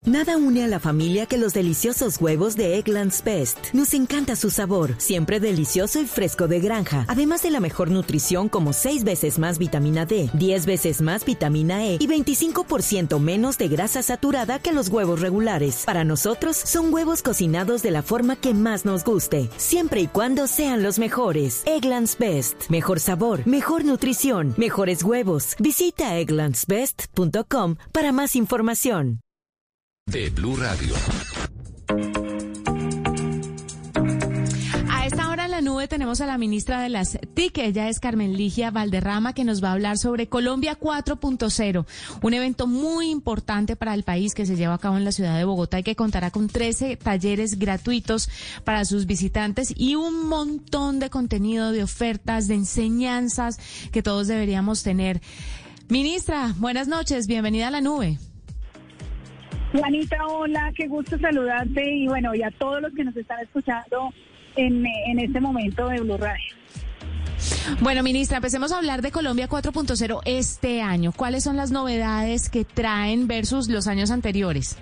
Nada une a la familia que los deliciosos huevos de Eggland's Best. Nos encanta su sabor, siempre delicioso y fresco de granja. Además de la mejor nutrición como 6 veces más vitamina D, 10 veces más vitamina E y 25% menos de grasa saturada que los huevos regulares. Para nosotros, son huevos cocinados de la forma que más nos guste, siempre y cuando sean los mejores. Eggland's Best. Mejor sabor, mejor nutrición, mejores huevos. Visita egglandsbest.com para más información. De Blue Radio. A esta hora en la nube tenemos a la ministra de las TIC, ella es Carmen Ligia Valderrama, que nos va a hablar sobre Colombia 4.0, un evento muy importante para el país que se lleva a cabo en la ciudad de Bogotá y que contará con 13 talleres gratuitos para sus visitantes y un montón de contenido, de ofertas, de enseñanzas que todos deberíamos tener. Ministra, buenas noches, bienvenida a la nube. Juanita, hola, qué gusto saludarte y bueno, y a todos los que nos están escuchando en este momento de Blue Radio. Bueno, ministra, empecemos a hablar de Colombia 4.0 este año. ¿Cuáles son las novedades que traen versus los años anteriores?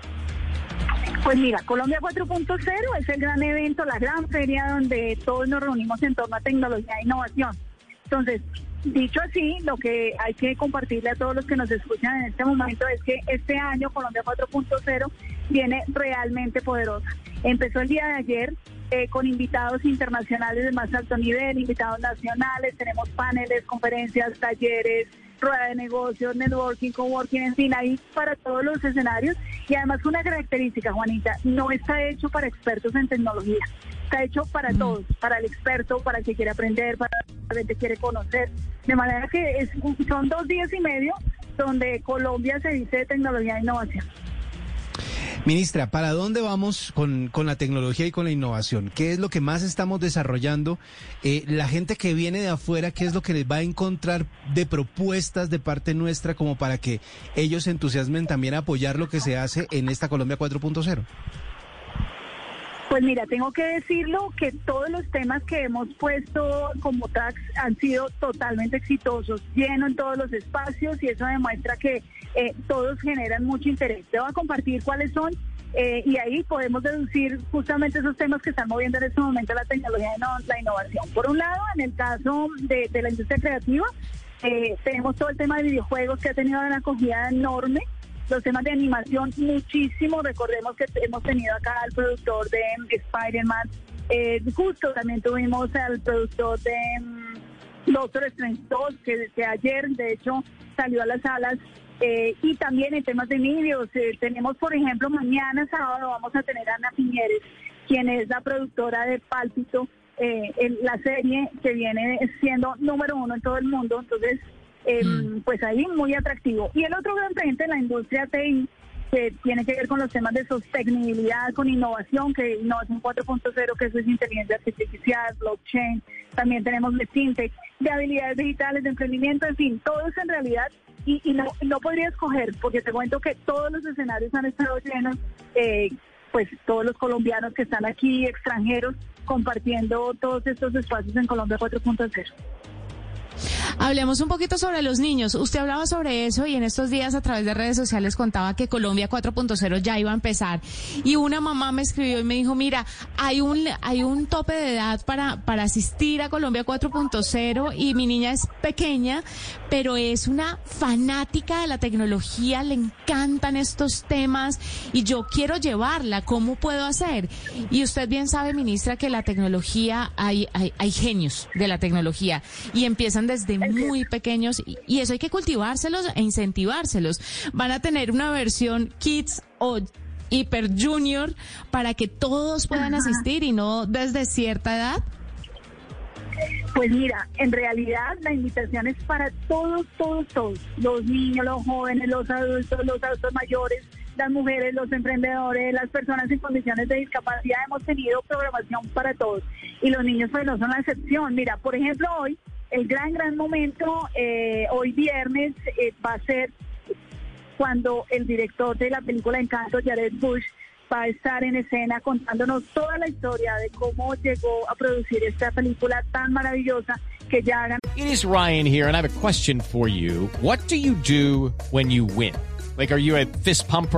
Pues mira, Colombia 4.0 es el gran evento, la gran feria donde todos nos reunimos en torno a tecnología e innovación. Entonces, dicho así, lo que hay que compartirle a todos los que nos escuchan en este momento es que este año Colombia 4.0 viene realmente poderosa. Empezó el día de ayer con invitados internacionales de más alto nivel, invitados nacionales, tenemos paneles, conferencias, talleres, rueda de negocios, networking, coworking, en fin, ahí para todos los escenarios. Y además una característica, Juanita, no está hecho para expertos en tecnología, está hecho para todos, para el experto, para el que quiere aprender, para el que quiere conocer. De manera que son 2 días y medio donde Colombia se dice de tecnología e innovación. Ministra, ¿para dónde vamos con la tecnología y con la innovación? ¿Qué es lo que más estamos desarrollando? La gente que viene de afuera, ¿qué es lo que les va a encontrar de propuestas de parte nuestra como para que ellos se entusiasmen también a apoyar lo que se hace en esta Colombia 4.0? Pues mira, tengo que decirlo que todos los temas que hemos puesto como tags han sido totalmente exitosos, lleno en todos los espacios y eso demuestra que todos generan mucho interés. Te voy a compartir cuáles son y ahí podemos deducir justamente esos temas que están moviendo en este momento la tecnología y la innovación. Por un lado, en el caso de la industria creativa, tenemos todo el tema de videojuegos que ha tenido una acogida enorme. Los temas de animación, muchísimo. Recordemos que hemos tenido acá al productor de Spider-Man. Justo también tuvimos al productor de Doctor Strange 2, que ayer, de hecho, salió a las salas. Y también en temas de medios, tenemos, por ejemplo, mañana sábado vamos a tener a Ana Piñeres, quien es la productora de Pálpito, en la serie que viene siendo número 1 en todo el mundo. Entonces, pues ahí muy atractivo. Y el otro gran frente en la industria TI, que tiene que ver con los temas de sostenibilidad, con innovación, que innovación 4.0, que eso es inteligencia artificial, blockchain, también tenemos de fintech, de habilidades digitales, de emprendimiento, en fin, todo eso en realidad, y no podría escoger, porque te cuento que todos los escenarios han estado llenos, pues todos los colombianos que están aquí, extranjeros, compartiendo todos estos espacios en Colombia 4.0. Hablemos un poquito sobre los niños. Usted hablaba sobre eso y en estos días a través de redes sociales contaba que Colombia 4.0 ya iba a empezar. Y una mamá me escribió y me dijo, mira, hay un tope de edad para asistir a Colombia 4.0 y mi niña es pequeña, pero es una fanática de la tecnología, le encantan estos temas y yo quiero llevarla. ¿Cómo puedo hacer? Y usted bien sabe, ministra, que la tecnología, hay genios de la tecnología y empiezan desde muy pequeños y eso hay que cultivárselos e incentivárselos. Van a tener una versión Kids o Hyper Junior para que todos puedan asistir y no desde cierta edad. Pues mira, en realidad la invitación es para todos, los niños, los jóvenes, los adultos mayores, las mujeres, los emprendedores, las personas en condiciones de discapacidad. Hemos tenido programación para todos y los niños pues no son la excepción. Mira, por ejemplo, hoy el gran momento, hoy viernes, va a ser cuando el director de la película Encanto, Jared Bush, va a estar en escena contándonos toda la historia de cómo llegó a producir esta película tan maravillosa que ya hagan. It is Ryan here, and I have a question for you. What do you do when you win? Like, are you a fist pumper?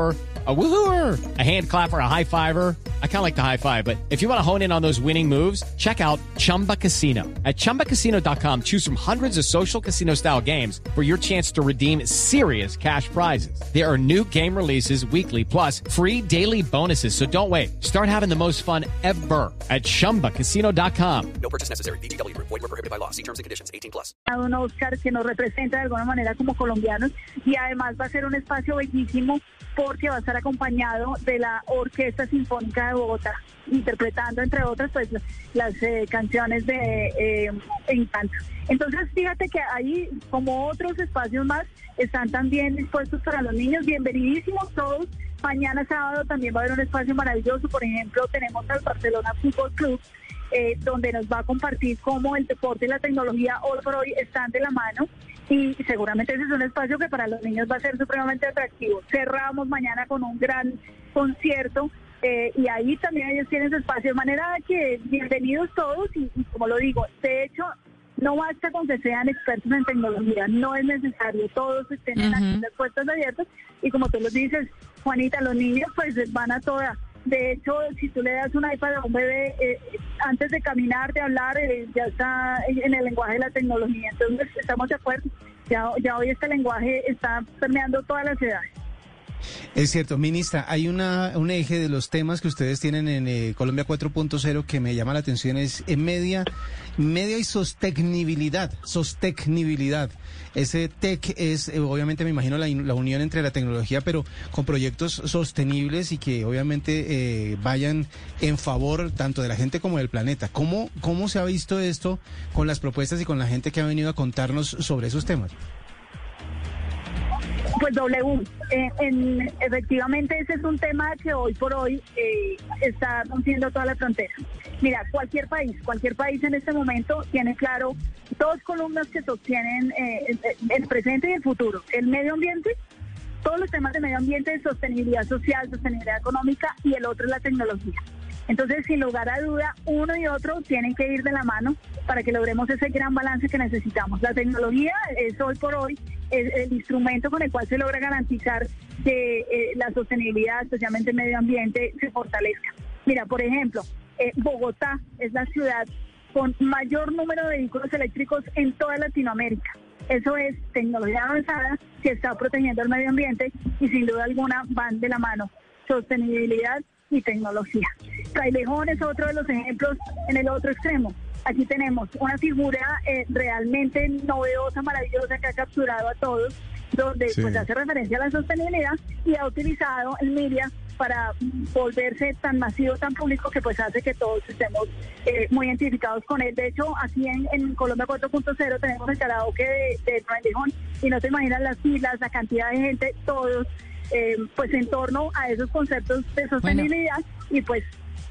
A woohooer, a hand clapper, a high fiver. I kind of like the high five, but if you want to hone in on those winning moves, check out Chumba Casino. At ChumbaCasino.com, choose from hundreds of social casino style games for your chance to redeem serious cash prizes. There are new game releases weekly, plus free daily bonuses. So don't wait. Start having the most fun ever at ChumbaCasino.com. No purchase necessary. VGW Group. Void where prohibited by law. See terms and conditions. 18+. Un Oscar que nos representa de alguna manera como colombianos y además va a ser un espacio bellísimo porque va a estar acompañado de la Orquesta Sinfónica de Bogotá, interpretando entre otras pues las canciones de Encanto. Entonces fíjate que ahí, como otros espacios más, están también dispuestos para los niños. Bienvenidísimos todos. Mañana sábado también va a haber un espacio maravilloso. Por ejemplo, tenemos al Barcelona Fútbol Club, donde nos va a compartir cómo el deporte y la tecnología hoy por hoy están de la mano, y seguramente ese es un espacio que para los niños va a ser supremamente atractivo. Cerramos mañana con un gran concierto y ahí también ellos tienen su espacio, de manera que bienvenidos todos y como lo digo, de hecho no basta con que sean expertos en tecnología, no es necesario, todos tienen aquí las puertas abiertas y como tú lo dices, Juanita, los niños pues van a toda. De hecho, si tú le das un iPad a un bebé, antes de caminar, de hablar, ya está en el lenguaje de la tecnología. Entonces, estamos de acuerdo. Ya hoy este lenguaje está permeando todas las edades. Es cierto, ministra, hay un eje de los temas que ustedes tienen en Colombia 4.0 que me llama la atención, es media y sostenibilidad. Ese TEC es, obviamente me imagino la unión entre la tecnología, pero con proyectos sostenibles y que obviamente vayan en favor tanto de la gente como del planeta. ¿Cómo se ha visto esto con las propuestas y con la gente que ha venido a contarnos sobre esos temas? Pues efectivamente ese es un tema que hoy por hoy está rompiendo toda la frontera. Mira, cualquier país en este momento tiene claro dos columnas que sostienen el presente y el futuro: el medio ambiente, todos los temas de medio ambiente, sostenibilidad social, sostenibilidad económica, y el otro es la tecnología. Entonces, sin lugar a duda, uno y otro tienen que ir de la mano para que logremos ese gran balance que necesitamos. La tecnología es hoy por hoy el instrumento con el cual se logra garantizar que la sostenibilidad, especialmente el medio ambiente, se fortalezca. Mira, por ejemplo, Bogotá es la ciudad con mayor número de vehículos eléctricos en toda Latinoamérica. Eso es tecnología avanzada que está protegiendo el medio ambiente y sin duda alguna van de la mano sostenibilidad y tecnología. Frailejón es otro de los ejemplos en el otro extremo. Aquí tenemos una figura realmente novedosa, maravillosa, que ha capturado a todos, donde pues hace referencia a la sostenibilidad y ha utilizado el media para volverse tan masivo, tan público, que pues hace que todos estemos muy identificados con él. De hecho, aquí en Colombia 4.0 tenemos el karaoke de Frailejón y no te imaginas las filas, la cantidad de gente, todos pues en torno a esos conceptos de sostenibilidad. Y pues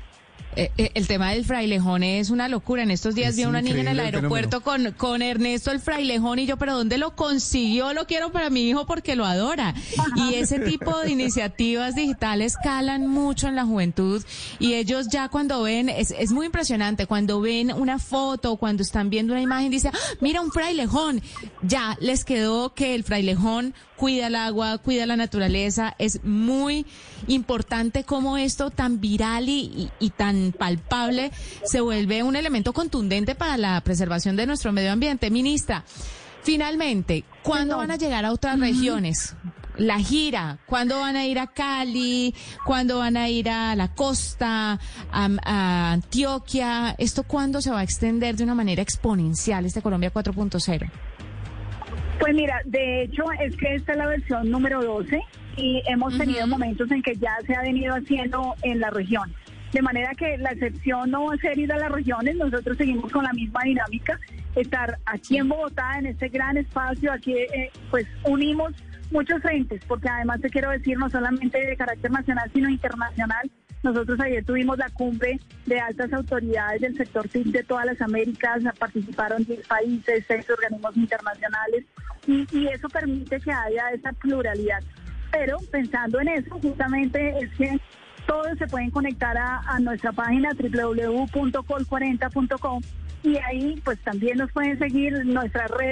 el tema del frailejón es una locura. En estos días vi a una niña en el aeropuerto con Ernesto el frailejón y yo, ¿pero dónde lo consiguió? Lo quiero para mi hijo porque lo adora. Y ese tipo de iniciativas digitales calan mucho en la juventud y ellos ya cuando ven, es muy impresionante, cuando ven una foto, cuando están viendo una imagen, dicen, mira un frailejón. Ya les quedó que el frailejón cuida el agua, cuida la naturaleza. Es muy importante cómo esto tan viral y tan palpable se vuelve un elemento contundente para la preservación de nuestro medio ambiente. Ministra, finalmente, ¿cuándo van a llegar a otras regiones? La gira, ¿cuándo van a ir a Cali? ¿Cuándo van a ir a la costa, a Antioquia? ¿Esto cuándo se va a extender de una manera exponencial, este Colombia 4.0? Pues mira, de hecho es que esta es la versión número 12 y hemos tenido momentos en que ya se ha venido haciendo en las regiones. De manera que la excepción no va a ser ir a las regiones, nosotros seguimos con la misma dinámica, estar aquí en Bogotá, en este gran espacio, aquí pues unimos muchos frentes, porque además te quiero decir, no solamente de carácter nacional, sino internacional. Nosotros ayer tuvimos la cumbre de altas autoridades del sector TIC de todas las Américas, participaron 10 países, 6 organismos internacionales, y eso permite que haya esa pluralidad. Pero pensando en eso, justamente es que todos se pueden conectar a nuestra página www.col40.com y ahí pues también nos pueden seguir en nuestras redes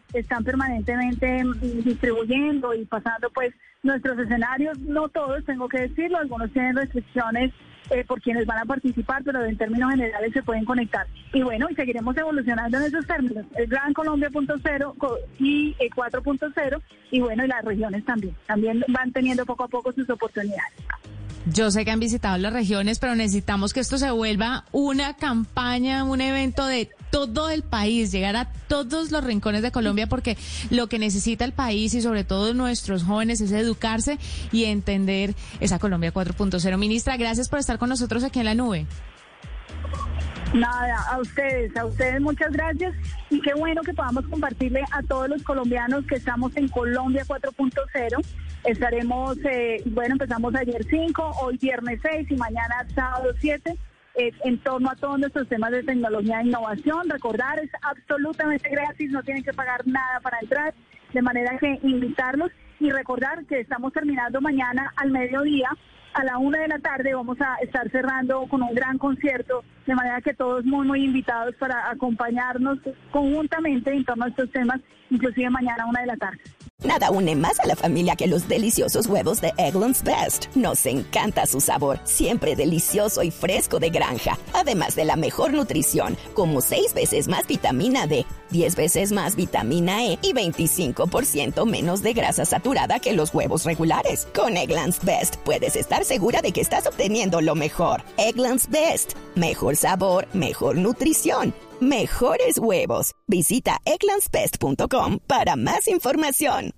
están permanentemente distribuyendo y pasando pues nuestros escenarios, no todos, tengo que decirlo, algunos tienen restricciones por quienes van a participar, pero en términos generales se pueden conectar. Y bueno, y seguiremos evolucionando en esos términos, el Gran Colombia 0.0 y 4.0, y bueno, y las regiones también van teniendo poco a poco sus oportunidades. Yo sé que han visitado las regiones, pero necesitamos que esto se vuelva una campaña, un evento de todo el país, llegar a todos los rincones de Colombia, porque lo que necesita el país y sobre todo nuestros jóvenes es educarse y entender esa Colombia 4.0. Ministra, gracias por estar con nosotros aquí en la nube. Nada, a ustedes muchas gracias, y qué bueno que podamos compartirle a todos los colombianos que estamos en Colombia 4.0. Estaremos, empezamos ayer 5, hoy viernes 6 y mañana sábado 7, en torno a todos nuestros temas de tecnología e innovación. Recordar, es absolutamente gratis, no tienen que pagar nada para entrar, de manera que invitarlos y recordar que estamos terminando mañana al mediodía. A la 1 de la tarde vamos a estar cerrando con un gran concierto, de manera que todos muy invitados para acompañarnos conjuntamente en torno a estos temas, inclusive mañana a 1 de la tarde. Nada une más a la familia que los deliciosos huevos de Eggland's Best. Nos encanta su sabor, siempre delicioso y fresco de granja. Además de la mejor nutrición, como 6 veces más vitamina D, 10 veces más vitamina E y 25% menos de grasa saturada que los huevos regulares. Con Eggland's Best puedes estar segura de que estás obteniendo lo mejor. Eggland's Best. Mejor sabor, mejor nutrición. Mejores huevos. Visita egglandsbest.com para más información.